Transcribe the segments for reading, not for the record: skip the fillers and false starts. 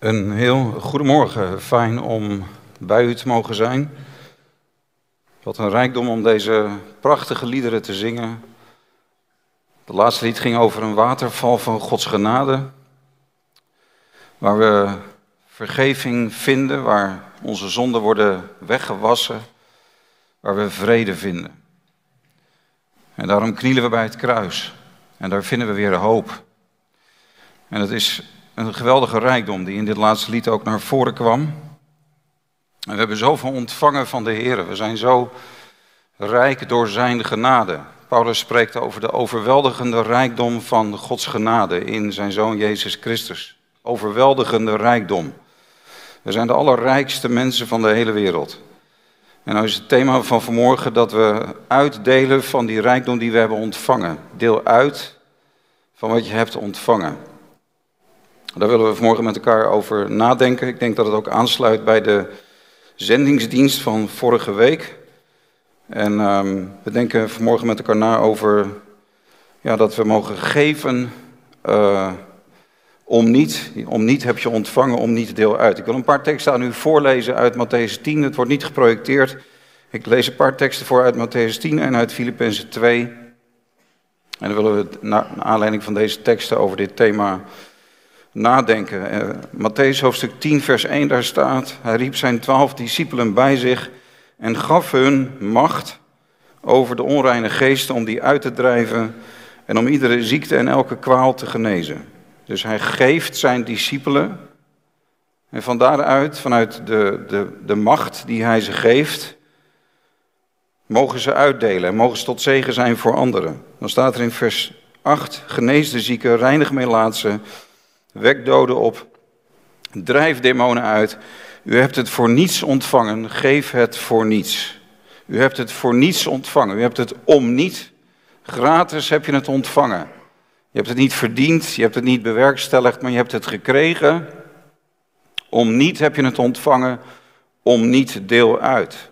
Een heel goedemorgen, fijn om bij u te mogen zijn. Wat een rijkdom om deze prachtige liederen te zingen. Het laatste lied ging over een waterval van Gods genade. Waar we vergeving vinden, waar onze zonden worden weggewassen. Waar we vrede vinden. En daarom knielen we bij het kruis. En daar vinden we weer hoop. En het is een geweldige rijkdom die in dit laatste lied ook naar voren kwam. En we hebben zoveel ontvangen van de Heer. We zijn zo rijk door zijn genade. Paulus spreekt over de overweldigende rijkdom van Gods genade in zijn Zoon Jezus Christus. Overweldigende rijkdom. We zijn de allerrijkste mensen van de hele wereld. En nou is het thema van vanmorgen dat we uitdelen van die rijkdom die we hebben ontvangen. Deel uit van wat je hebt ontvangen. Daar willen we vanmorgen met elkaar over nadenken. Ik denk dat het ook aansluit bij de zendingsdienst van vorige week. En we denken vanmorgen met elkaar na over dat we mogen geven om niet. Om niet heb je ontvangen, om niet deel uit. Ik wil een paar teksten aan u voorlezen uit Mattheüs 10. Het wordt niet geprojecteerd. Ik lees een paar teksten voor uit Mattheüs 10 en uit Filippenzen 2. En dan willen we naar aanleiding van deze teksten over dit thema nadenken. Mattheüs hoofdstuk 10 vers 1, daar staat: hij riep zijn 12 discipelen bij zich en gaf hun macht over de onreine geesten om die uit te drijven en om iedere ziekte en elke kwaal te genezen. Dus hij geeft zijn discipelen en van daaruit, vanuit de macht die hij ze geeft, mogen ze uitdelen en mogen ze tot zegen zijn voor anderen. Dan staat er in vers 8: genees de zieken, reinig melaatsen, wek doden op, drijf demonen uit. U hebt het voor niets ontvangen, geef het voor niets. U hebt het voor niets ontvangen, u hebt het om niet. Gratis heb je het ontvangen. Je hebt het niet verdiend, je hebt het niet bewerkstelligd, maar je hebt het gekregen. Om niet heb je het ontvangen, om niet deel uit.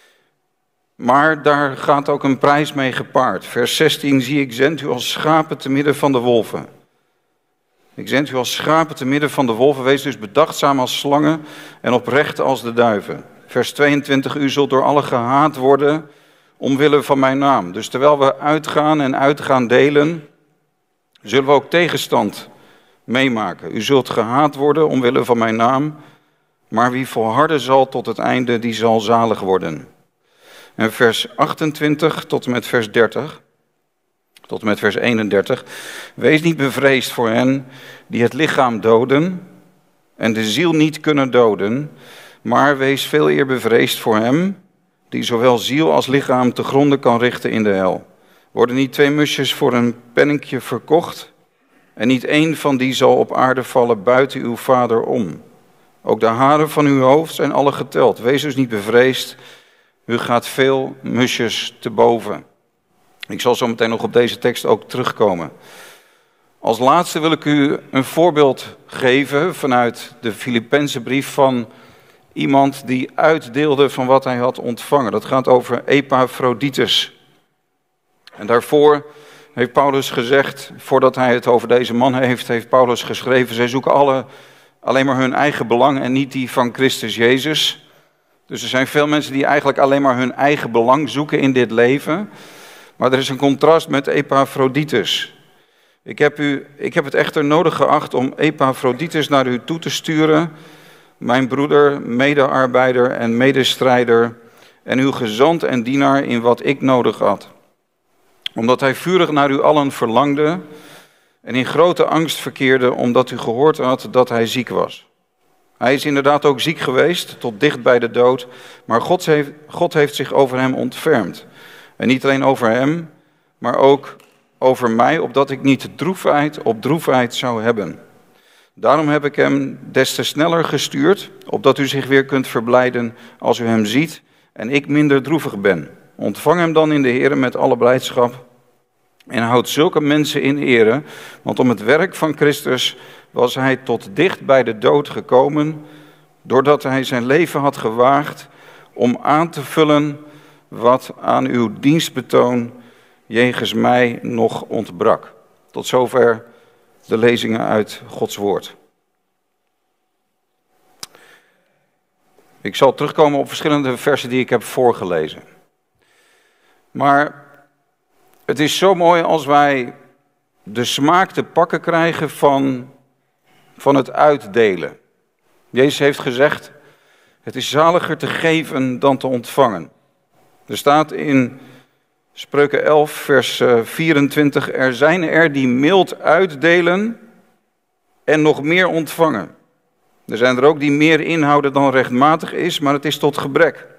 Maar daar gaat ook een prijs mee gepaard. Vers 16, zie ik zend u als schapen te midden van de wolven. Ik zend u als schapen te midden van de wolven. Wees dus bedachtzaam als slangen en oprecht als de duiven. Vers 22, u zult door allen gehaat worden omwille van mijn naam. Dus terwijl we uitgaan en uitgaan delen, zullen we ook tegenstand meemaken. U zult gehaat worden omwille van mijn naam, maar wie volharden zal tot het einde, die zal zalig worden. En vers 28 tot en met vers 30... tot en met vers 31. Wees niet bevreesd voor hen die het lichaam doden en de ziel niet kunnen doden, maar wees veel eer bevreesd voor hem die zowel ziel als lichaam te gronde kan richten in de hel. Worden niet 2 musjes voor een penninkje verkocht en niet 1 van die zal op aarde vallen buiten uw Vader om. Ook de haren van uw hoofd zijn alle geteld. Wees dus niet bevreesd, u gaat veel musjes te boven. Ik zal zo meteen nog op deze tekst ook terugkomen. Als laatste wil ik u een voorbeeld geven vanuit de Filippense brief van iemand die uitdeelde van wat hij had ontvangen. Dat gaat over Epaphroditus. En daarvoor heeft Paulus gezegd, voordat hij het over deze man heeft Paulus geschreven: zij zoeken alleen maar hun eigen belang en niet die van Christus Jezus. Dus er zijn veel mensen die eigenlijk alleen maar hun eigen belang zoeken in dit leven. Maar er is een contrast met Epaphroditus. Ik heb het echter nodig geacht om Epaphroditus naar u toe te sturen, mijn broeder, medearbeider en medestrijder, en uw gezant en dienaar in wat ik nodig had. Omdat hij vurig naar u allen verlangde en in grote angst verkeerde, omdat u gehoord had dat hij ziek was. Hij is inderdaad ook ziek geweest, tot dicht bij de dood, maar God heeft zich over hem ontfermd. En niet alleen over hem, maar ook over mij, opdat ik niet droefheid op droefheid zou hebben. Daarom heb ik hem des te sneller gestuurd, opdat u zich weer kunt verblijden als u hem ziet en ik minder droevig ben. Ontvang hem dan in de Here met alle blijdschap en houd zulke mensen in ere, want om het werk van Christus was hij tot dicht bij de dood gekomen, doordat hij zijn leven had gewaagd om aan te vullen wat aan uw dienstbetoon jegens mij nog ontbrak. Tot zover de lezingen uit Gods woord. Ik zal terugkomen op verschillende versen die ik heb voorgelezen. Maar het is zo mooi als wij de smaak te pakken krijgen van het uitdelen. Jezus heeft gezegd, het is zaliger te geven dan te ontvangen. Er staat in Spreuken 11, vers 24, er zijn er die mild uitdelen en nog meer ontvangen. Er zijn er ook die meer inhouden dan rechtmatig is, maar het is tot gebrek.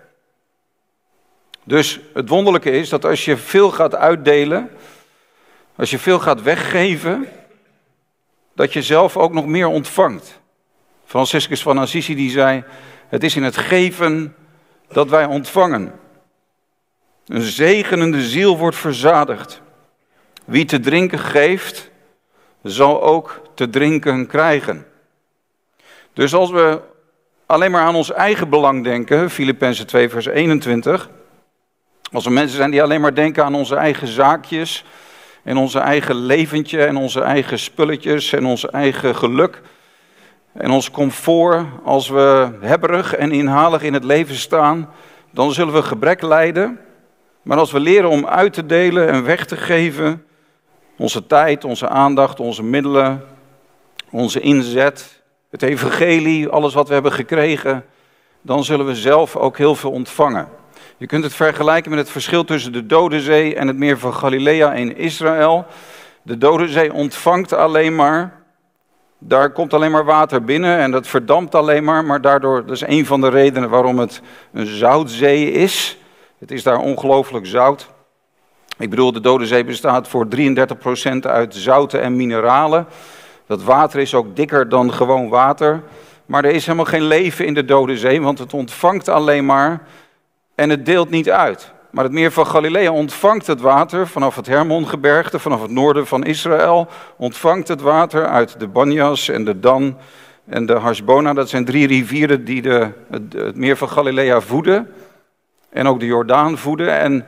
Dus het wonderlijke is dat als je veel gaat uitdelen, als je veel gaat weggeven, dat je zelf ook nog meer ontvangt. Franciscus van Assisi die zei, het is in het geven dat wij ontvangen. Een zegenende ziel wordt verzadigd. Wie te drinken geeft, zal ook te drinken krijgen. Dus als we alleen maar aan ons eigen belang denken, Filippenzen 2 vers 21, als er mensen zijn die alleen maar denken aan onze eigen zaakjes en onze eigen leventje en onze eigen spulletjes en ons eigen geluk en ons comfort, als we hebberig en inhalig in het leven staan, dan zullen we gebrek lijden. Maar als we leren om uit te delen en weg te geven, onze tijd, onze aandacht, onze middelen, onze inzet, het evangelie, alles wat we hebben gekregen, dan zullen we zelf ook heel veel ontvangen. Je kunt het vergelijken met het verschil tussen de Dode Zee en het meer van Galilea in Israël. De Dode Zee ontvangt alleen maar, daar komt alleen maar water binnen en dat verdampt alleen maar daardoor, dat is een van de redenen waarom het een zoutzee is. Het is daar ongelooflijk zout. Ik bedoel, de Dode Zee bestaat voor 33% uit zouten en mineralen. Dat water is ook dikker dan gewoon water. Maar er is helemaal geen leven in de Dode Zee, want het ontvangt alleen maar en het deelt niet uit. Maar het meer van Galilea ontvangt het water vanaf het Hermongebergte, vanaf het noorden van Israël. Ontvangt het water uit de Banjas en de Dan en de Hashbona. Dat zijn 3 rivieren die het meer van Galilea voeden. En ook de Jordaan voeden.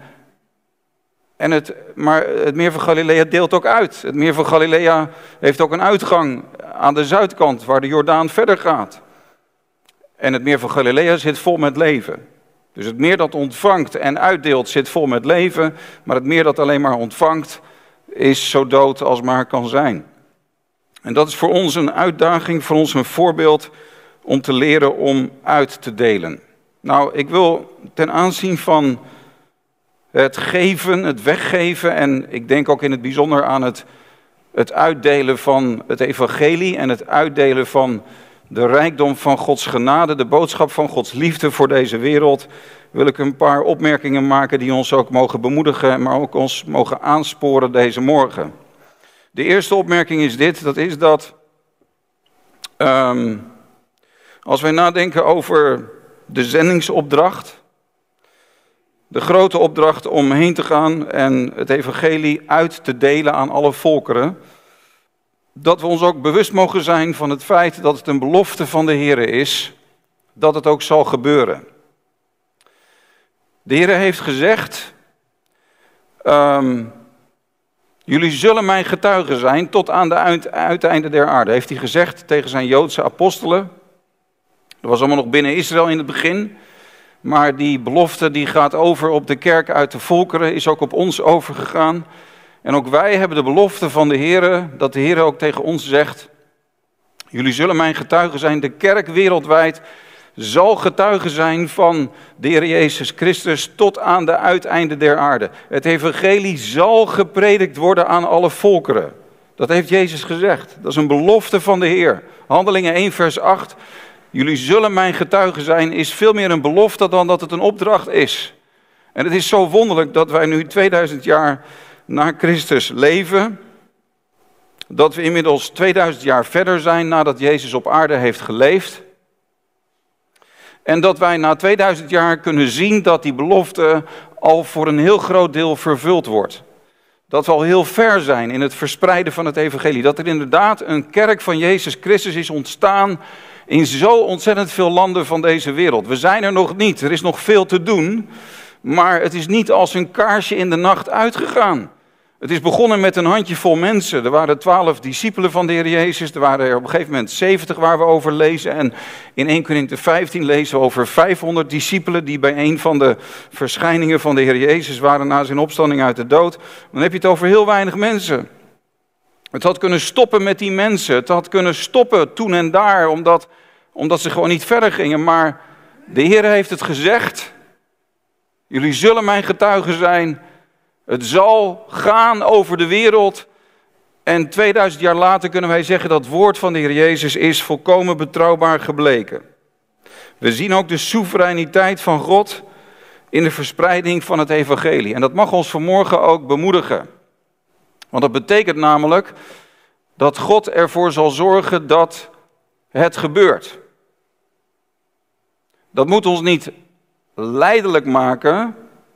Maar het meer van Galilea deelt ook uit. Het meer van Galilea heeft ook een uitgang aan de zuidkant, waar de Jordaan verder gaat. En het meer van Galilea zit vol met leven. Dus het meer dat ontvangt en uitdeelt zit vol met leven. Maar het meer dat alleen maar ontvangt is zo dood als maar kan zijn. En dat is voor ons een uitdaging, voor ons een voorbeeld om te leren om uit te delen. Nou, ik wil ten aanzien van het geven, het weggeven en ik denk ook in het bijzonder aan het uitdelen van het evangelie en het uitdelen van de rijkdom van Gods genade, de boodschap van Gods liefde voor deze wereld, wil ik een paar opmerkingen maken die ons ook mogen bemoedigen, maar ook ons mogen aansporen deze morgen. De eerste opmerking is dit, dat is dat als wij nadenken over de zendingsopdracht, de grote opdracht om heen te gaan en het evangelie uit te delen aan alle volkeren, dat we ons ook bewust mogen zijn van het feit dat het een belofte van de Heer is, dat het ook zal gebeuren. De Heer heeft gezegd, jullie zullen mijn getuigen zijn tot aan de uiteinde der aarde, heeft hij gezegd tegen zijn Joodse apostelen. Dat was allemaal nog binnen Israël in het begin. Maar die belofte die gaat over op de kerk uit de volkeren, is ook op ons overgegaan. En ook wij hebben de belofte van de Heer, dat de Heer ook tegen ons zegt, jullie zullen mijn getuigen zijn. De kerk wereldwijd zal getuige zijn van de Heer Jezus Christus tot aan de uiteinde der aarde. Het evangelie zal gepredikt worden aan alle volkeren. Dat heeft Jezus gezegd. Dat is een belofte van de Heer. Handelingen 1 vers 8. Jullie zullen mijn getuigen zijn, is veel meer een belofte dan dat het een opdracht is. En het is zo wonderlijk dat wij nu 2000 jaar na Christus leven. Dat we inmiddels 2000 jaar verder zijn nadat Jezus op aarde heeft geleefd. En dat wij na 2000 jaar kunnen zien dat die belofte al voor een heel groot deel vervuld wordt. Dat we al heel ver zijn in het verspreiden van het evangelie. Dat er inderdaad een kerk van Jezus Christus is ontstaan in zo ontzettend veel landen van deze wereld. We zijn er nog niet, er is nog veel te doen. Maar het is niet als een kaarsje in de nacht uitgegaan. Het is begonnen met een handjevol mensen. Er waren 12 discipelen van de Heer Jezus. Er waren er op een gegeven moment 70 waar we over lezen. En in 1 Korinthe 15 lezen we over 500 discipelen die bij een van de verschijningen van de Heer Jezus waren na zijn opstanding uit de dood. Dan heb je het over heel weinig mensen. Het had kunnen stoppen met die mensen. Het had kunnen stoppen toen en daar, omdat ze gewoon niet verder gingen. Maar de Heer heeft het gezegd. Jullie zullen mijn getuigen zijn. Het zal gaan over de wereld. En 2000 jaar later kunnen wij zeggen dat het woord van de Heer Jezus is volkomen betrouwbaar gebleken. We zien ook de soevereiniteit van God in de verspreiding van het evangelie. En dat mag ons vanmorgen ook bemoedigen. Want dat betekent namelijk dat God ervoor zal zorgen dat het gebeurt. Dat moet ons niet lijdelijk maken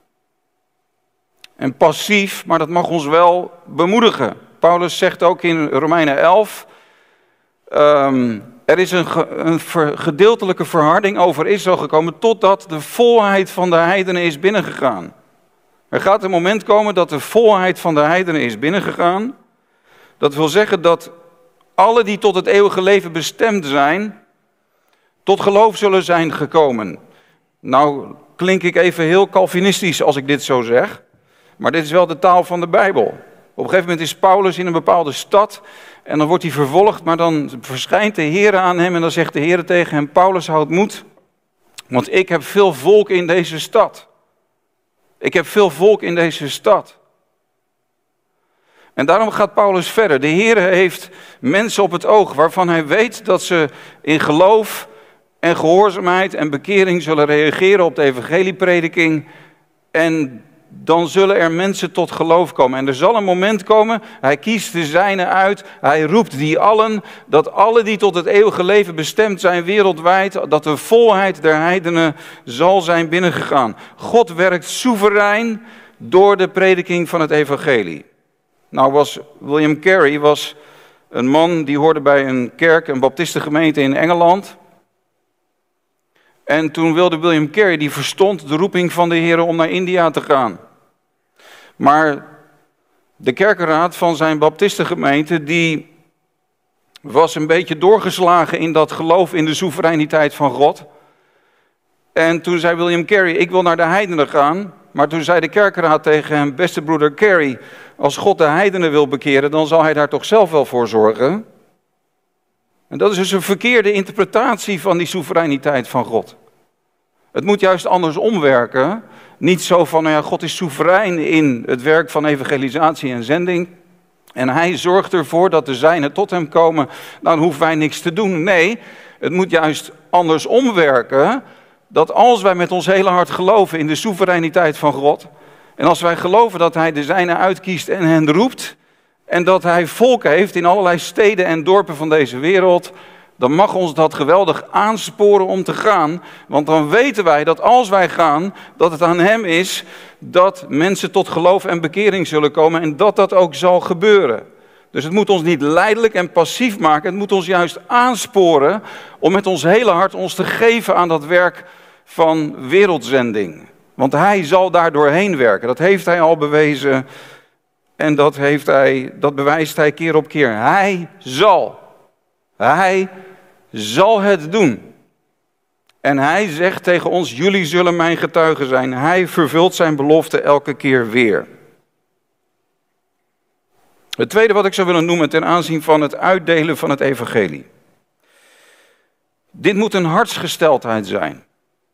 en passief, maar dat mag ons wel bemoedigen. Paulus zegt ook in Romeinen 11, er is een gedeeltelijke verharding over Israël gekomen totdat de volheid van de heidenen is binnengegaan. Er gaat een moment komen dat de volheid van de heidenen is binnengegaan. Dat wil zeggen dat alle die tot het eeuwige leven bestemd zijn, tot geloof zullen zijn gekomen. Nou klink ik even heel Calvinistisch als ik dit zo zeg, maar dit is wel de taal van de Bijbel. Op een gegeven moment is Paulus in een bepaalde stad en dan wordt hij vervolgd, maar dan verschijnt de Heer aan hem en dan zegt de Heer tegen hem, Paulus, houd moed, want ik heb veel volk in deze stad. Ik heb veel volk in deze stad. En daarom gaat Paulus verder. De Heer heeft mensen op het oog waarvan hij weet dat ze in geloof en gehoorzaamheid en bekering zullen reageren op de evangelieprediking. En dan zullen er mensen tot geloof komen. En er zal een moment komen, hij kiest de zijnen uit, hij roept die allen, dat alle die tot het eeuwige leven bestemd zijn wereldwijd, dat de volheid der heidenen zal zijn binnengegaan. God werkt soeverein door de prediking van het evangelie. Nou William Carey was een man die hoorde bij een kerk, een baptistengemeente in Engeland. En toen wilde William Carey, die verstond de roeping van de Heer om naar India te gaan. Maar de kerkenraad van zijn baptistengemeente, die was een beetje doorgeslagen in dat geloof in de soevereiniteit van God. En toen zei William Carey, ik wil naar de heidenen gaan. Maar toen zei de kerkenraad tegen hem, beste broeder Carey, als God de heidenen wil bekeren, dan zal hij daar toch zelf wel voor zorgen. En dat is dus een verkeerde interpretatie van die soevereiniteit van God. Het moet juist andersom werken. Niet zo van, nou ja, God is soeverein in het werk van evangelisatie en zending. En hij zorgt ervoor dat de zijnen tot hem komen. Dan hoeven wij niks te doen. Nee, het moet juist andersom werken. Dat als wij met ons hele hart geloven in de soevereiniteit van God. En als wij geloven dat hij de zijnen uitkiest en hen roept. En dat hij volken heeft in allerlei steden en dorpen van deze wereld. Dan mag ons dat geweldig aansporen om te gaan. Want dan weten wij dat als wij gaan, dat het aan hem is dat mensen tot geloof en bekering zullen komen. En dat dat ook zal gebeuren. Dus het moet ons niet lijdelijk en passief maken. Het moet ons juist aansporen om met ons hele hart ons te geven aan dat werk van wereldzending. Want hij zal daar doorheen werken. Dat heeft hij al bewezen. En dat bewijst hij keer op keer. Hij zal het doen. En hij zegt tegen ons, jullie zullen mijn getuigen zijn. Hij vervult zijn belofte elke keer weer. Het tweede wat ik zou willen noemen ten aanzien van het uitdelen van het evangelie. Dit moet een hartsgesteldheid zijn.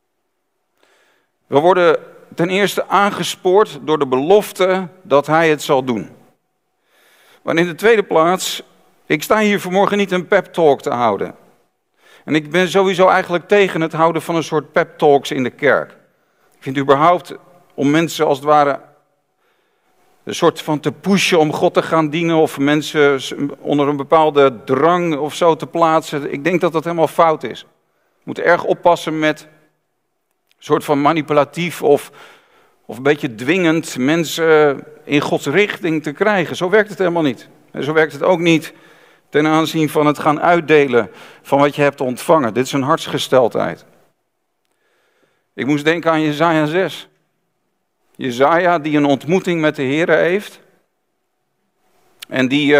We worden ten eerste aangespoord door de belofte dat hij het zal doen. Maar in de tweede plaats, ik sta hier vanmorgen niet een pep talk te houden. En ik ben sowieso eigenlijk tegen het houden van een soort pep talks in de kerk. Ik vind überhaupt om mensen als het ware een soort van te pushen om God te gaan dienen of mensen onder een bepaalde drang of zo te plaatsen. Ik denk dat dat helemaal fout is. We moeten erg oppassen met een soort van manipulatief of een beetje dwingend mensen in Gods richting te krijgen. Zo werkt het helemaal niet. En zo werkt het ook niet ten aanzien van het gaan uitdelen van wat je hebt ontvangen. Dit is een hartsgesteldheid. Ik moest denken aan Jesaja 6. Jesaja die een ontmoeting met de Heere heeft. En die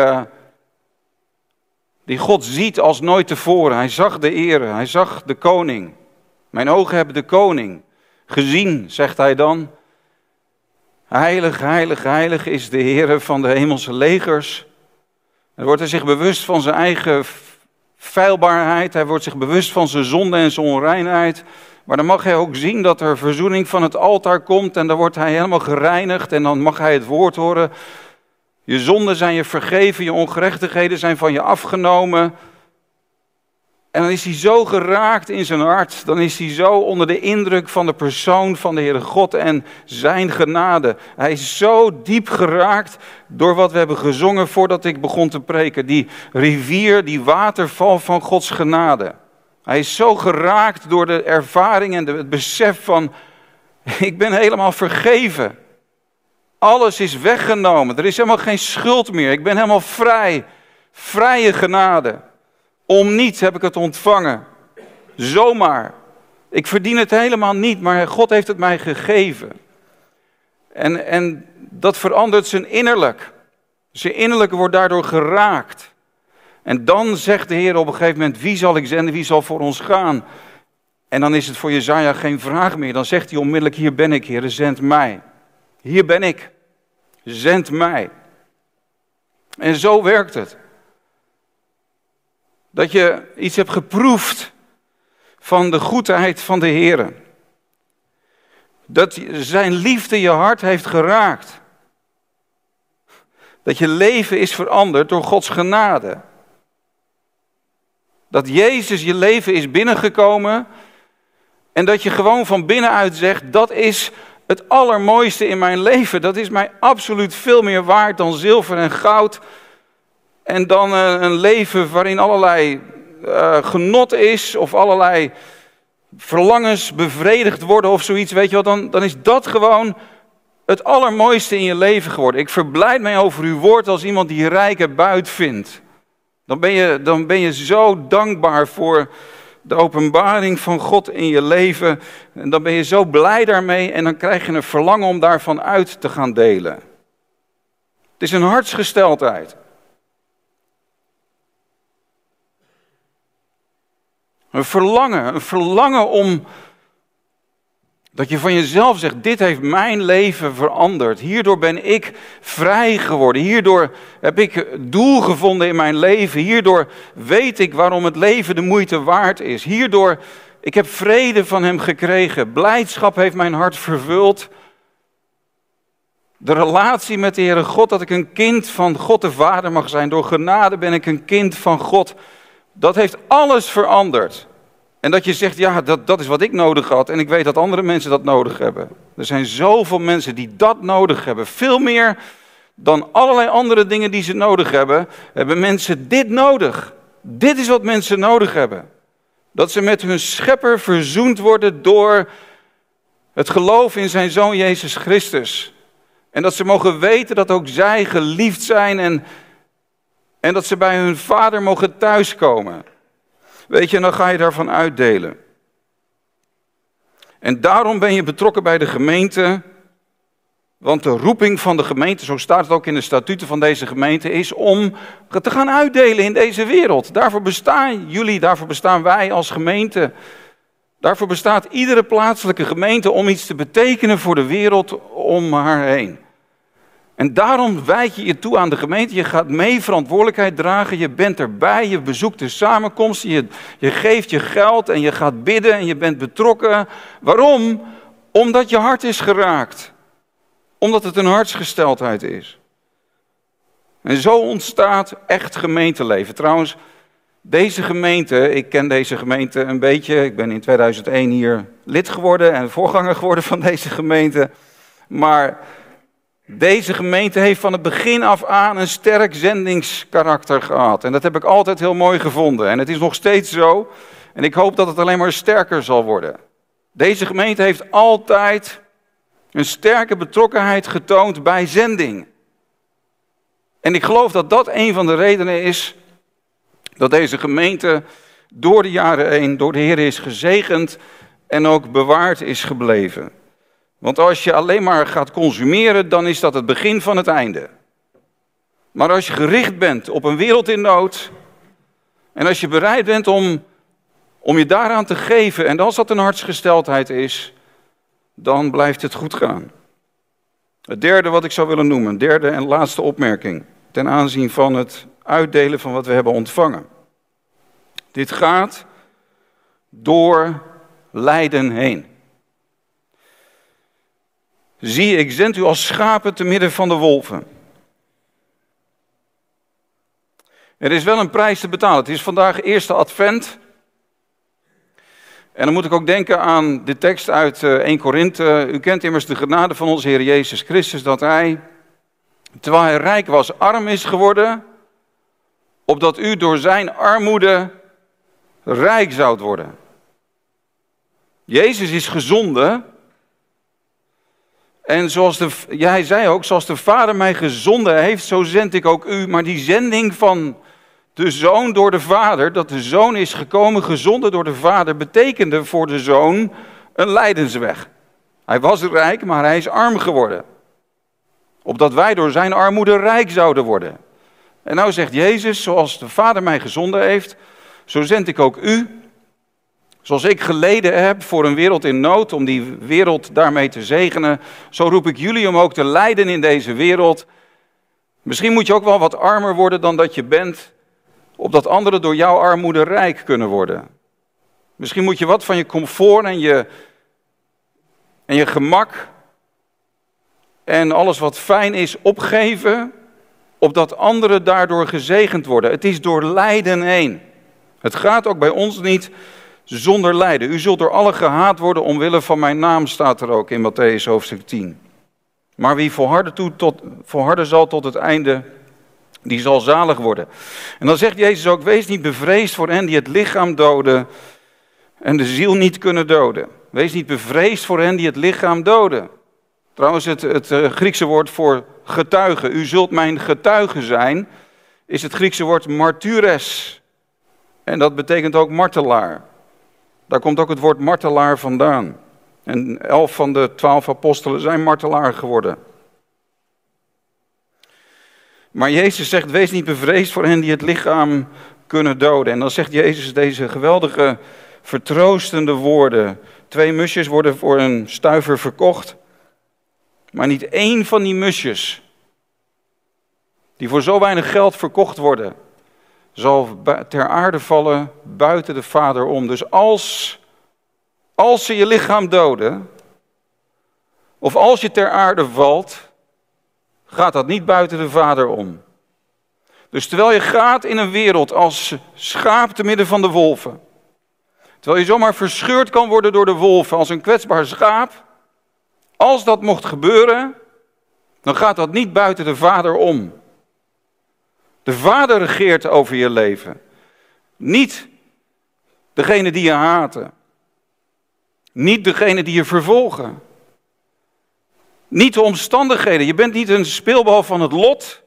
God ziet als nooit tevoren. Hij zag de Here, hij zag de koning. Mijn ogen hebben de koning gezien, zegt hij dan. Heilig, heilig, heilig is de Heere van de hemelse legers. Dan wordt hij zich bewust van zijn eigen feilbaarheid. Hij wordt zich bewust van zijn zonde en zijn onreinheid. Maar dan mag hij ook zien dat er verzoening van het altaar komt. En dan wordt hij helemaal gereinigd. En dan mag hij het woord horen. Je zonden zijn je vergeven. Je ongerechtigheden zijn van je afgenomen. En dan is hij zo geraakt in zijn hart. Dan is hij zo onder de indruk van de persoon van de Heere God en zijn genade. Hij is zo diep geraakt door wat we hebben gezongen voordat ik begon te preken. Die rivier, die waterval van Gods genade. Hij is zo geraakt door de ervaring en het besef van, ik ben helemaal vergeven. Alles is weggenomen. Er is helemaal geen schuld meer. Ik ben helemaal vrij. Vrije genade. Om niets heb ik het ontvangen. Zomaar. Ik verdien het helemaal niet, maar God heeft het mij gegeven. En dat verandert zijn innerlijk. Zijn innerlijke wordt daardoor geraakt. En dan zegt de Heer op een gegeven moment, wie zal ik zenden, wie zal voor ons gaan? En dan is het voor Jesaja geen vraag meer. Dan zegt hij onmiddellijk, hier ben ik, Heer, zend mij. Hier ben ik. Zend mij. En zo werkt het. Dat je iets hebt geproefd van de goedheid van de Heer. Dat zijn liefde je hart heeft geraakt. Dat je leven is veranderd door Gods genade. Dat Jezus je leven is binnengekomen. En dat je gewoon van binnenuit zegt, dat is het allermooiste in mijn leven. Dat is mij absoluut veel meer waard dan zilver en goud. En dan een leven waarin allerlei genot is of allerlei verlangens bevredigd worden of zoiets. Weet je wat, dan is dat gewoon het allermooiste in je leven geworden. Ik verblijd mij over uw woord als iemand die rijke buit vindt. Dan ben je zo dankbaar voor de openbaring van God in je leven. En dan ben je zo blij daarmee en dan krijg je een verlangen om daarvan uit te gaan delen. Het is een hartsgesteldheid. Een verlangen om, dat je van jezelf zegt, dit heeft mijn leven veranderd. Hierdoor ben ik vrij geworden. Hierdoor heb ik doel gevonden in mijn leven. Hierdoor weet ik waarom het leven de moeite waard is. Hierdoor, ik heb vrede van hem gekregen. Blijdschap heeft mijn hart vervuld. De relatie met de Heere God, dat ik een kind van God de Vader mag zijn. Door genade ben ik een kind van God. Dat heeft alles veranderd. En dat je zegt, ja, dat is wat ik nodig had. En ik weet dat andere mensen dat nodig hebben. Er zijn zoveel mensen die dat nodig hebben. Veel meer dan allerlei andere dingen die ze nodig hebben. Hebben mensen dit nodig. Dit is wat mensen nodig hebben. Dat ze met hun schepper verzoend worden door het geloof in zijn Zoon Jezus Christus. En dat ze mogen weten dat ook zij geliefd zijn en dat ze bij hun Vader mogen thuiskomen. Weet je, en dan ga je daarvan uitdelen. En daarom ben je betrokken bij de gemeente. Want de roeping van de gemeente, zo staat het ook in de statuten van deze gemeente, is om te gaan uitdelen in deze wereld. Daarvoor bestaan jullie, daarvoor bestaan wij als gemeente. Daarvoor bestaat iedere plaatselijke gemeente om iets te betekenen voor de wereld om haar heen. En daarom wijd je je toe aan de gemeente. Je gaat mee verantwoordelijkheid dragen. Je bent erbij. Je bezoekt de samenkomsten. Je geeft je geld en je gaat bidden en je bent betrokken. Waarom? Omdat je hart is geraakt. Omdat het een hartsgesteldheid is. En zo ontstaat echt gemeenteleven. Trouwens, deze gemeente, ik ken deze gemeente een beetje. Ik ben in 2001 hier lid geworden en voorganger geworden van deze gemeente. Maar deze gemeente heeft van het begin af aan een sterk zendingskarakter gehad. En dat heb ik altijd heel mooi gevonden. En het is nog steeds zo. En ik hoop dat het alleen maar sterker zal worden. Deze gemeente heeft altijd een sterke betrokkenheid getoond bij zending. En ik geloof dat dat een van de redenen is dat deze gemeente door de jaren heen door de Heer is gezegend en ook bewaard is gebleven. Want als je alleen maar gaat consumeren, dan is dat het begin van het einde. Maar als je gericht bent op een wereld in nood, en als je bereid bent om je daaraan te geven, en als dat een hartsgesteldheid is, dan blijft het goed gaan. Het derde wat ik zou willen noemen, derde en laatste opmerking, ten aanzien van het uitdelen van wat we hebben ontvangen. Dit gaat door lijden heen. Zie, ik zend u als schapen te midden van de wolven. Er is wel een prijs te betalen. Het is vandaag eerste advent. En dan moet ik ook denken aan de tekst uit 1 Korinthe. U kent immers de genade van onze Heer Jezus Christus, dat hij, terwijl hij rijk was, arm is geworden, opdat u door zijn armoede rijk zoudt worden. Jezus is gezonden. En hij zei ook, zoals de Vader mij gezonden heeft, zo zend ik ook u. Maar die zending van de Zoon door de Vader, dat de Zoon is gekomen, gezonden door de Vader, betekende voor de Zoon een lijdensweg. Hij was rijk, maar hij is arm geworden. Opdat wij door zijn armoede rijk zouden worden. En nou zegt Jezus, zoals de Vader mij gezonden heeft, zo zend ik ook u. Zoals ik geleden heb voor een wereld in nood, om die wereld daarmee te zegenen, zo roep ik jullie om ook te lijden in deze wereld. Misschien moet je ook wel wat armer worden dan dat je bent, opdat anderen door jouw armoede rijk kunnen worden. Misschien moet je wat van je comfort en je gemak en alles wat fijn is opgeven, opdat anderen daardoor gezegend worden. Het is door lijden heen. Het gaat ook bij ons niet zonder lijden. U zult door allen gehaat worden omwille van mijn naam, staat er ook in Mattheüs hoofdstuk 10. Maar wie volharden zal tot het einde, die zal zalig worden. En dan zegt Jezus ook, wees niet bevreesd voor hen die het lichaam doden en de ziel niet kunnen doden. Wees niet bevreesd voor hen die het lichaam doden. Trouwens, het Griekse woord voor getuige, u zult mijn getuige zijn, is het Griekse woord martyres. En dat betekent ook martelaar. Daar komt ook het woord martelaar vandaan. En 11 van de 12 apostelen zijn martelaar geworden. Maar Jezus zegt, wees niet bevreesd voor hen die het lichaam kunnen doden. En dan zegt Jezus deze geweldige, vertroostende woorden. 2 musjes worden voor een stuiver verkocht. Maar niet één van die musjes, die voor zo weinig geld verkocht worden, zal ter aarde vallen buiten de Vader om. Dus als ze je lichaam doden, of als je ter aarde valt, gaat dat niet buiten de Vader om. Dus terwijl je gaat in een wereld als schaap te midden van de wolven, terwijl je zomaar verscheurd kan worden door de wolven als een kwetsbaar schaap, als dat mocht gebeuren, dan gaat dat niet buiten de Vader om. De Vader regeert over je leven. Niet degene die je haten. Niet degene die je vervolgen. Niet de omstandigheden. Je bent niet een speelbal van het lot.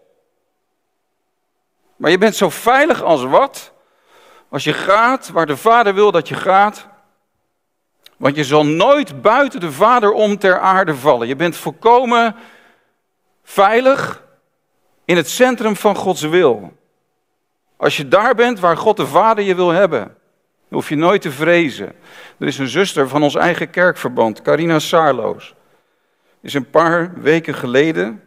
Maar je bent zo veilig als wat. Als je gaat waar de Vader wil dat je gaat. Want je zal nooit buiten de Vader om ter aarde vallen. Je bent volkomen veilig in het centrum van Gods wil. Als je daar bent waar God de Vader je wil hebben, hoef je nooit te vrezen. Er is een zuster van ons eigen kerkverband, Carina Saarloos. Is een paar weken geleden,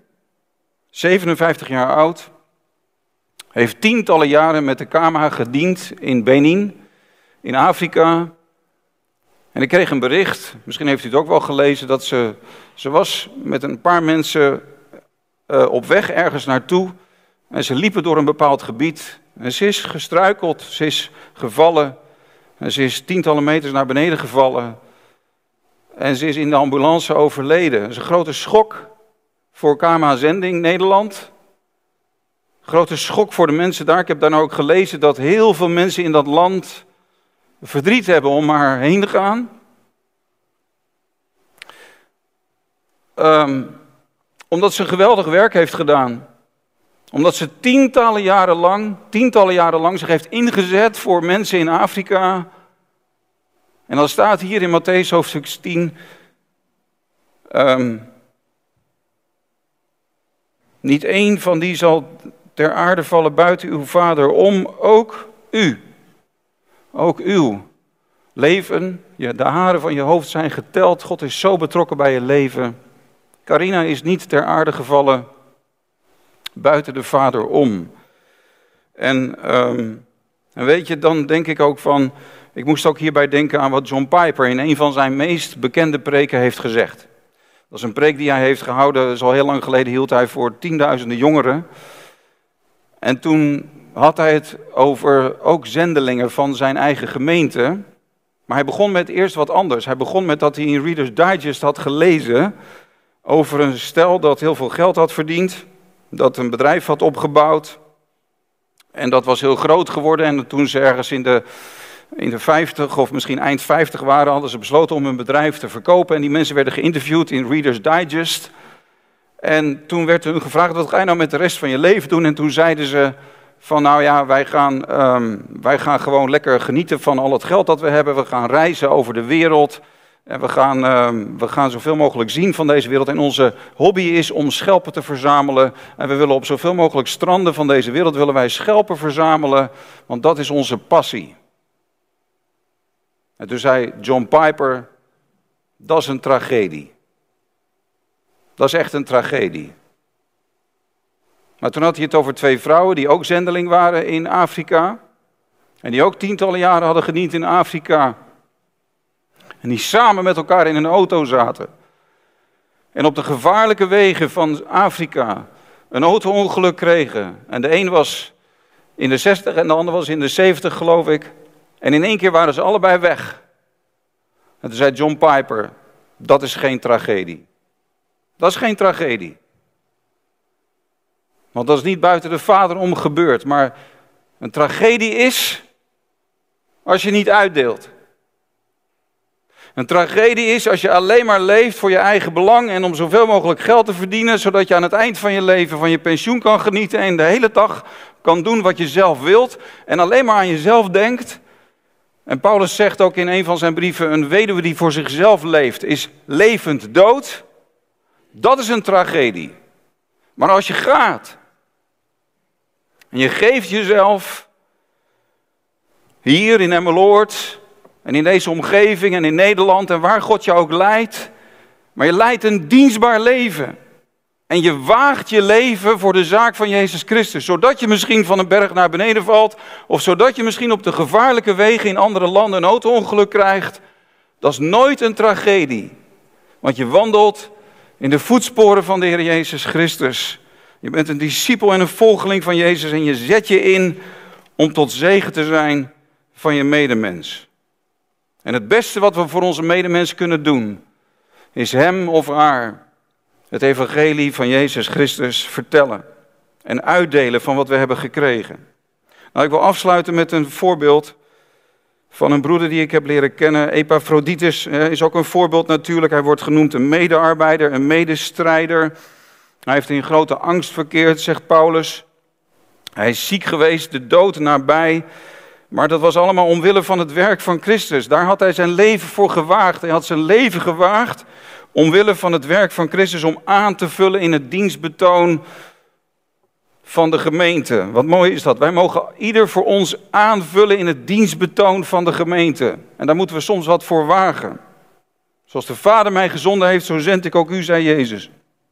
57 jaar oud, heeft tientallen jaren met de KMA gediend in Benin, in Afrika. En ik kreeg een bericht, misschien heeft u het ook wel gelezen, dat ze was met een paar mensen op weg ergens naartoe. En ze liepen door een bepaald gebied. En ze is gestruikeld, ze is gevallen. En ze is tientallen meters naar beneden gevallen. En ze is in de ambulance overleden. Dat is een grote schok voor KMA-zending Nederland. Grote schok voor de mensen daar. Ik heb daarna ook gelezen dat heel veel mensen in dat land verdriet hebben om haar heen te gaan. Omdat ze een geweldig werk heeft gedaan. Omdat ze tientallen jaren lang zich heeft ingezet voor mensen in Afrika. En dan staat hier in Mattheüs hoofdstuk 10. Niet één van die zal ter aarde vallen buiten uw vader om, ook u. Ook uw leven, de haren van je hoofd zijn geteld. God is zo betrokken bij je leven. Carina is niet ter aarde gevallen buiten de vader om. En weet je, dan denk ik ook van... Ik moest ook hierbij denken aan wat John Piper in een van zijn meest bekende preken heeft gezegd. Dat is een preek die hij heeft gehouden, is al heel lang geleden, hield hij voor tienduizenden jongeren. En toen had hij het over ook zendelingen van zijn eigen gemeente. Maar hij begon met eerst wat anders. Hij begon met dat hij in Reader's Digest had gelezen over een stel dat heel veel geld had verdiend. Dat een bedrijf had opgebouwd. En dat was heel groot geworden. En toen ze ergens in de 50 of misschien eind 50 waren, hadden ze besloten om hun bedrijf te verkopen. En die mensen werden geïnterviewd in Reader's Digest. En toen werd hun gevraagd, wat ga je nou met de rest van je leven doen? En toen zeiden ze van, nou ja, wij gaan gewoon lekker genieten van al het geld dat we hebben. We gaan reizen over de wereld. En we gaan zoveel mogelijk zien van deze wereld. En onze hobby is om schelpen te verzamelen. En we willen op zoveel mogelijk stranden van deze wereld willen wij schelpen verzamelen. Want dat is onze passie. En toen zei John Piper, dat is een tragedie. Dat is echt een tragedie. Maar toen had hij het over 2 vrouwen die ook zendeling waren in Afrika. En die ook tientallen jaren hadden gediend in Afrika. En die samen met elkaar in een auto zaten. En op de gevaarlijke wegen van Afrika een auto-ongeluk kregen. En de een was in de 60 en de ander was in de 70, geloof ik. En in één keer waren ze allebei weg. En toen zei John Piper, dat is geen tragedie. Dat is geen tragedie. Want dat is niet buiten de vader om gebeurd. Maar een tragedie is als je niet uitdeelt. Een tragedie is als je alleen maar leeft voor je eigen belang en om zoveel mogelijk geld te verdienen, zodat je aan het eind van je leven van je pensioen kan genieten en de hele dag kan doen wat je zelf wilt en alleen maar aan jezelf denkt. En Paulus zegt ook in een van zijn brieven, een weduwe die voor zichzelf leeft is levend dood. Dat is een tragedie. Maar als je gaat en je geeft jezelf hier in Emmeloord en in deze omgeving en in Nederland en waar God je ook leidt, maar je leidt een dienstbaar leven. En je waagt je leven voor de zaak van Jezus Christus. Zodat je misschien van een berg naar beneden valt. Of zodat je misschien op de gevaarlijke wegen in andere landen een auto-ongeluk krijgt. Dat is nooit een tragedie. Want je wandelt in de voetsporen van de Heer Jezus Christus. Je bent een discipel en een volgeling van Jezus. En je zet je in om tot zegen te zijn van je medemens. En het beste wat we voor onze medemens kunnen doen, is hem of haar het evangelie van Jezus Christus vertellen en uitdelen van wat we hebben gekregen. Nou, ik wil afsluiten met een voorbeeld van een broeder die ik heb leren kennen. Epaphroditus is ook een voorbeeld natuurlijk. Hij wordt genoemd een medearbeider, een medestrijder. Hij heeft in grote angst verkeerd, zegt Paulus. Hij is ziek geweest, de dood nabij. Maar dat was allemaal omwille van het werk van Christus. Daar had hij zijn leven voor gewaagd. Hij had zijn leven gewaagd omwille van het werk van Christus om aan te vullen in het dienstbetoon van de gemeente. Wat mooi is dat. Wij mogen ieder voor ons aanvullen in het dienstbetoon van de gemeente. En daar moeten we soms wat voor wagen. Zoals de Vader mij gezonden heeft, zo zend ik ook u, zei Jezus.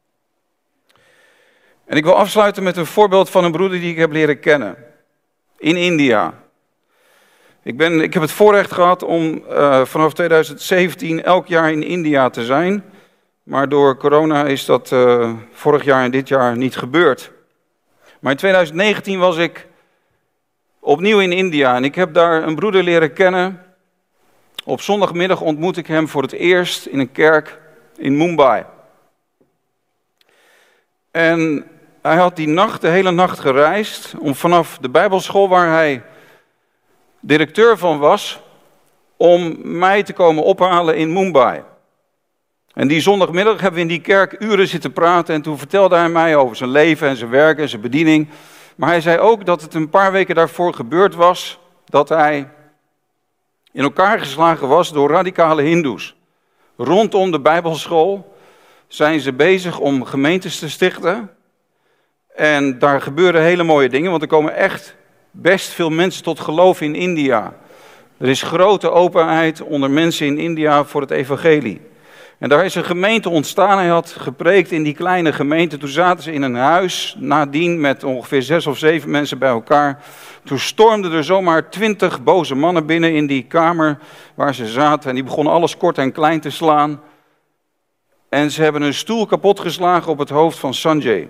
En ik wil afsluiten met een voorbeeld van een broeder die ik heb leren kennen. In India. Ik heb het voorrecht gehad om vanaf 2017 elk jaar in India te zijn. Maar door corona is dat vorig jaar en dit jaar niet gebeurd. Maar in 2019 was ik opnieuw in India en ik heb daar een broeder leren kennen. Op zondagmiddag ontmoet ik hem voor het eerst in een kerk in Mumbai. En hij had die nacht, de hele nacht gereisd om vanaf de bijbelschool waar hij directeur van was, om mij te komen ophalen in Mumbai. En die zondagmiddag hebben we in die kerk uren zitten praten en toen vertelde hij mij over zijn leven en zijn werk en zijn bediening. Maar hij zei ook dat het een paar weken daarvoor gebeurd was dat hij in elkaar geslagen was door radicale hindoes. Rondom de bijbelschool zijn ze bezig om gemeentes te stichten. En daar gebeuren hele mooie dingen, want er komen echt best veel mensen tot geloof in India. Er is grote openheid onder mensen in India voor het evangelie. En daar is een gemeente ontstaan. Hij had gepreekt in die kleine gemeente. Toen zaten ze in een huis, nadien met ongeveer 6 of 7 mensen bij elkaar. Toen stormden er zomaar 20 boze mannen binnen in die kamer waar ze zaten. En die begonnen alles kort en klein te slaan. En ze hebben een stoel kapotgeslagen op het hoofd van Sanjay.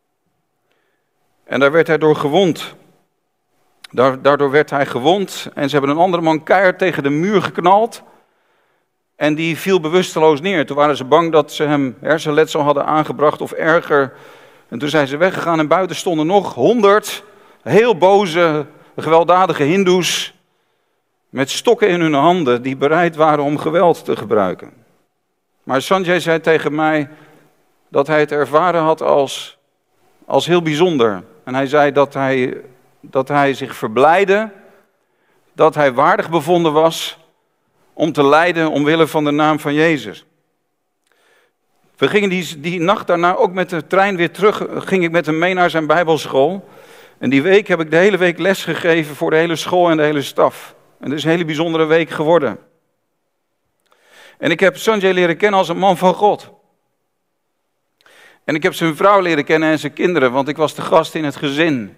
En daar werd hij door gewond. Daardoor werd hij gewond. En ze hebben een andere man keihard tegen de muur geknald. En die viel bewusteloos neer. Toen waren ze bang dat ze hem hersenletsel hadden aangebracht of erger. En toen zijn ze weggegaan en buiten stonden nog 100 heel boze, gewelddadige hindoes met stokken in hun handen die bereid waren om geweld te gebruiken. Maar Sanjay zei tegen mij dat hij het ervaren had als heel bijzonder. En hij zei dat hij zich verblijdde, dat hij waardig bevonden was om te lijden omwille van de naam van Jezus. We gingen die nacht daarna ook met de trein weer terug, ging ik met hem mee naar zijn bijbelschool. En die week heb ik de hele week les gegeven voor de hele school en de hele staf. En het is een hele bijzondere week geworden. En ik heb Sanjay leren kennen als een man van God. En ik heb zijn vrouw leren kennen en zijn kinderen, want ik was de gast in het gezin.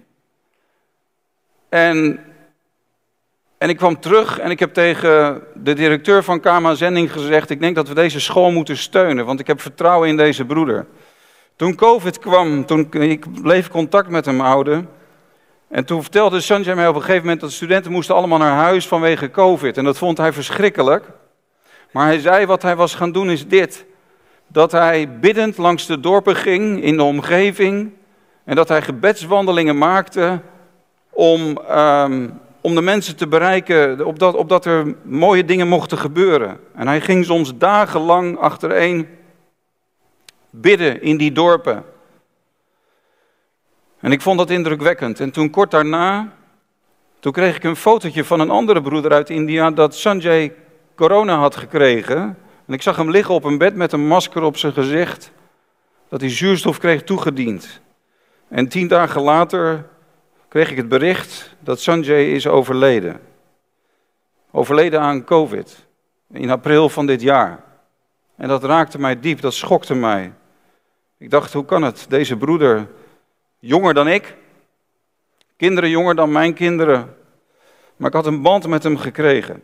En ik kwam terug en ik heb tegen de directeur van KMA Zending gezegd, ik denk dat we deze school moeten steunen, want ik heb vertrouwen in deze broeder. Toen COVID kwam, ik bleef contact met hem houden. En toen vertelde Sanjay mij op een gegeven moment dat de studenten moesten allemaal naar huis vanwege COVID. En dat vond hij verschrikkelijk. Maar hij zei wat hij was gaan doen is dit. Dat hij biddend langs de dorpen ging in de omgeving. En dat hij gebedswandelingen maakte om de mensen te bereiken, opdat er mooie dingen mochten gebeuren. En hij ging soms dagenlang achtereen bidden in die dorpen. En ik vond dat indrukwekkend. En toen kort daarna, toen kreeg ik een fotootje van een andere broeder uit India dat Sanjay corona had gekregen. En ik zag hem liggen op een bed met een masker op zijn gezicht, dat hij zuurstof kreeg toegediend. En 10 dagen later kreeg ik het bericht dat Sanjay is overleden. Overleden aan COVID, in april van dit jaar. En dat raakte mij diep, dat schokte mij. Ik dacht, hoe kan het? Deze broeder, jonger dan ik, kinderen jonger dan mijn kinderen. Maar ik had een band met hem gekregen.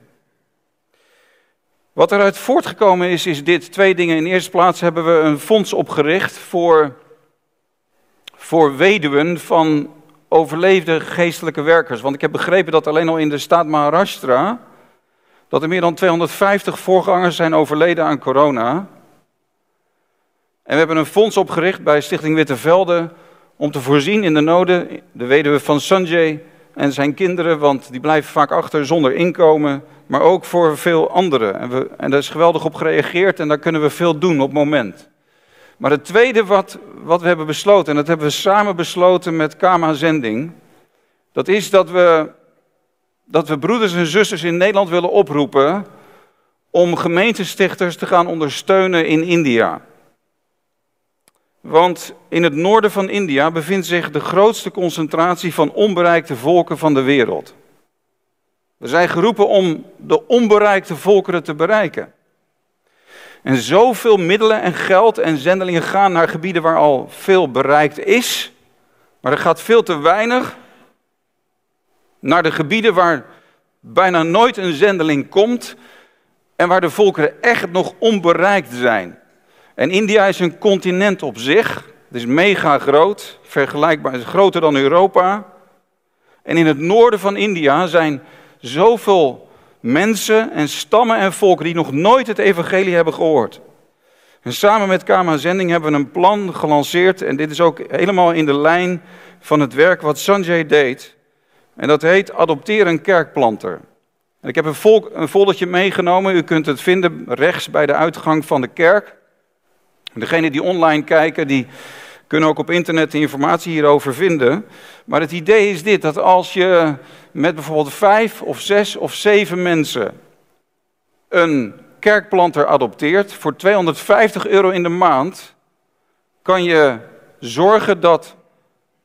Wat eruit voortgekomen is dit. 2 dingen. In de eerste plaats hebben we een fonds opgericht voor weduwen van overleefde geestelijke werkers. Want ik heb begrepen dat alleen al in de staat Maharashtra, dat er meer dan 250 voorgangers zijn overleden aan corona. En we hebben een fonds opgericht bij Stichting Witte Velden om te voorzien in de noden, de weduwe van Sanjay en zijn kinderen, want die blijven vaak achter zonder inkomen, maar ook voor veel anderen. En daar is geweldig op gereageerd en daar kunnen we veel doen op het moment. Maar het tweede wat we hebben besloten, en dat hebben we samen besloten met KMA Zending, dat is dat we broeders en zusters in Nederland willen oproepen om gemeentestichters te gaan ondersteunen in India. Want in het noorden van India bevindt zich de grootste concentratie van onbereikte volken van de wereld. We zijn geroepen om de onbereikte volkeren te bereiken. En zoveel middelen en geld en zendelingen gaan naar gebieden waar al veel bereikt is. Maar er gaat veel te weinig naar de gebieden waar bijna nooit een zendeling komt. En waar de volkeren echt nog onbereikt zijn. En India is een continent op zich. Het is mega groot, vergelijkbaar, het is groter dan Europa. En in het noorden van India zijn zoveel mensen en stammen en volken die nog nooit het evangelie hebben gehoord. En samen met KMA Zending hebben we een plan gelanceerd. En dit is ook helemaal in de lijn van het werk wat Sanjay deed. En dat heet Adopteer een kerkplanter. En ik heb een foldertje meegenomen. U kunt het vinden rechts bij de uitgang van de kerk. Degenen die online kijken, die kunnen ook op internet de informatie hierover vinden. Maar het idee is dit, dat als je met bijvoorbeeld 5 of 6 of 7 mensen een kerkplanter adopteert, voor €250 in de maand, kan je zorgen dat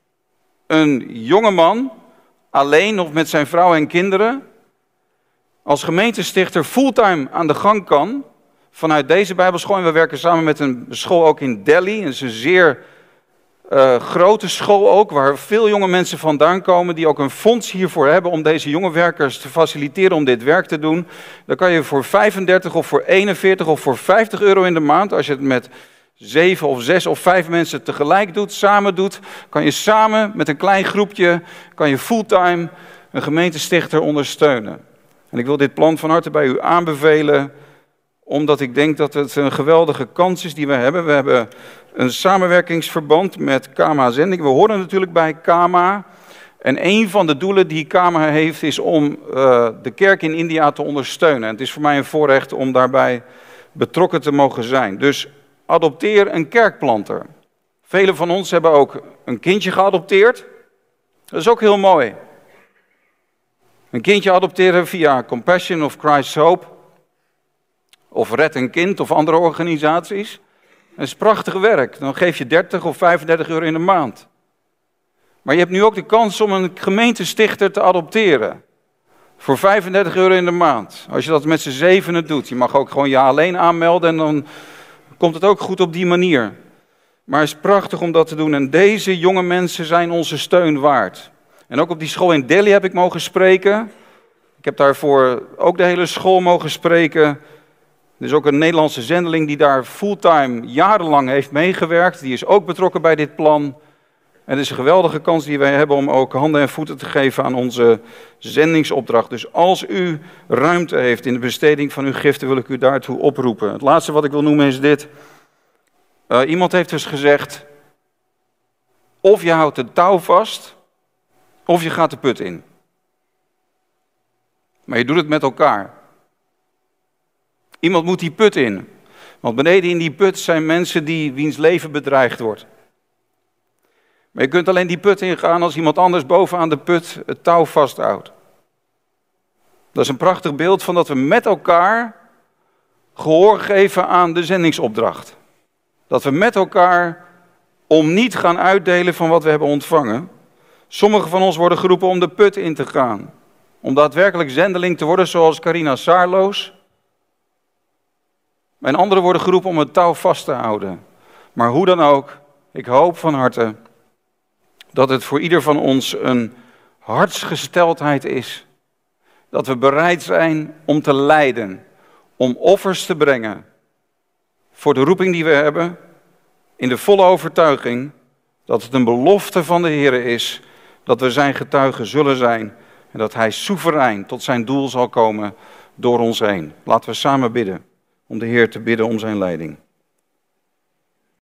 een jongeman, alleen of met zijn vrouw en kinderen, als gemeentestichter fulltime aan de gang kan vanuit deze Bijbelschool. En we werken samen met een school ook in Delhi. Dat is een zeer grote school ook, waar veel jonge mensen vandaan komen die ook een fonds hiervoor hebben om deze jonge werkers te faciliteren om dit werk te doen. Dan kan je voor 35 of voor 41 of voor 50 euro in de maand, als je het met 7 of 6 of 5 mensen tegelijk doet, samen doet, kan je samen met een klein groepje, kan je fulltime een gemeentestichter ondersteunen. En ik wil dit plan van harte bij u aanbevelen, omdat ik denk dat het een geweldige kans is die we hebben. We hebben een samenwerkingsverband met KAMA Zending. We horen natuurlijk bij KAMA. En een van de doelen die KAMA heeft is om de kerk in India te ondersteunen. En het is voor mij een voorrecht om daarbij betrokken te mogen zijn. Dus adopteer een kerkplanter. Velen van ons hebben ook een kindje geadopteerd. Dat is ook heel mooi. Een kindje adopteren via Compassion of Christ's Hope. Of Red een Kind of andere organisaties. Dat is prachtig werk. Dan geef je 30 of 35 euro in de maand. Maar je hebt nu ook de kans om een gemeentestichter te adopteren. Voor 35 euro in de maand. Als je dat met z'n zevenen doet. Je mag ook gewoon je alleen aanmelden en dan komt het ook goed op die manier. Maar het is prachtig om dat te doen. En deze jonge mensen zijn onze steun waard. En ook op die school in Delhi heb ik mogen spreken. Ik heb daarvoor ook de hele school mogen spreken. Er is ook een Nederlandse zendeling die daar fulltime jarenlang heeft meegewerkt. Die is ook betrokken bij dit plan. En het is een geweldige kans die wij hebben om ook handen en voeten te geven aan onze zendingsopdracht. Dus als u ruimte heeft in de besteding van uw giften, wil ik u daartoe oproepen. Het laatste wat ik wil noemen is dit. Iemand heeft dus gezegd, of je houdt de touw vast, of je gaat de put in. Maar je doet het met elkaar. Iemand moet die put in. Want beneden in die put zijn mensen wiens leven bedreigd wordt. Maar je kunt alleen die put ingaan als iemand anders bovenaan de put het touw vasthoudt. Dat is een prachtig beeld van dat we met elkaar gehoor geven aan de zendingsopdracht. Dat we met elkaar om niet gaan uitdelen van wat we hebben ontvangen. Sommigen van ons worden geroepen om de put in te gaan. Om daadwerkelijk zendeling te worden zoals Carina Saarloos. En anderen worden geroepen om het touw vast te houden. Maar hoe dan ook, ik hoop van harte dat het voor ieder van ons een hartsgesteldheid is. Dat we bereid zijn om te lijden, om offers te brengen voor de roeping die we hebben, in de volle overtuiging dat het een belofte van de Heer is, dat we zijn getuigen zullen zijn en dat Hij soeverein tot zijn doel zal komen door ons heen. Laten we samen bidden om de Heer te bidden om zijn leiding.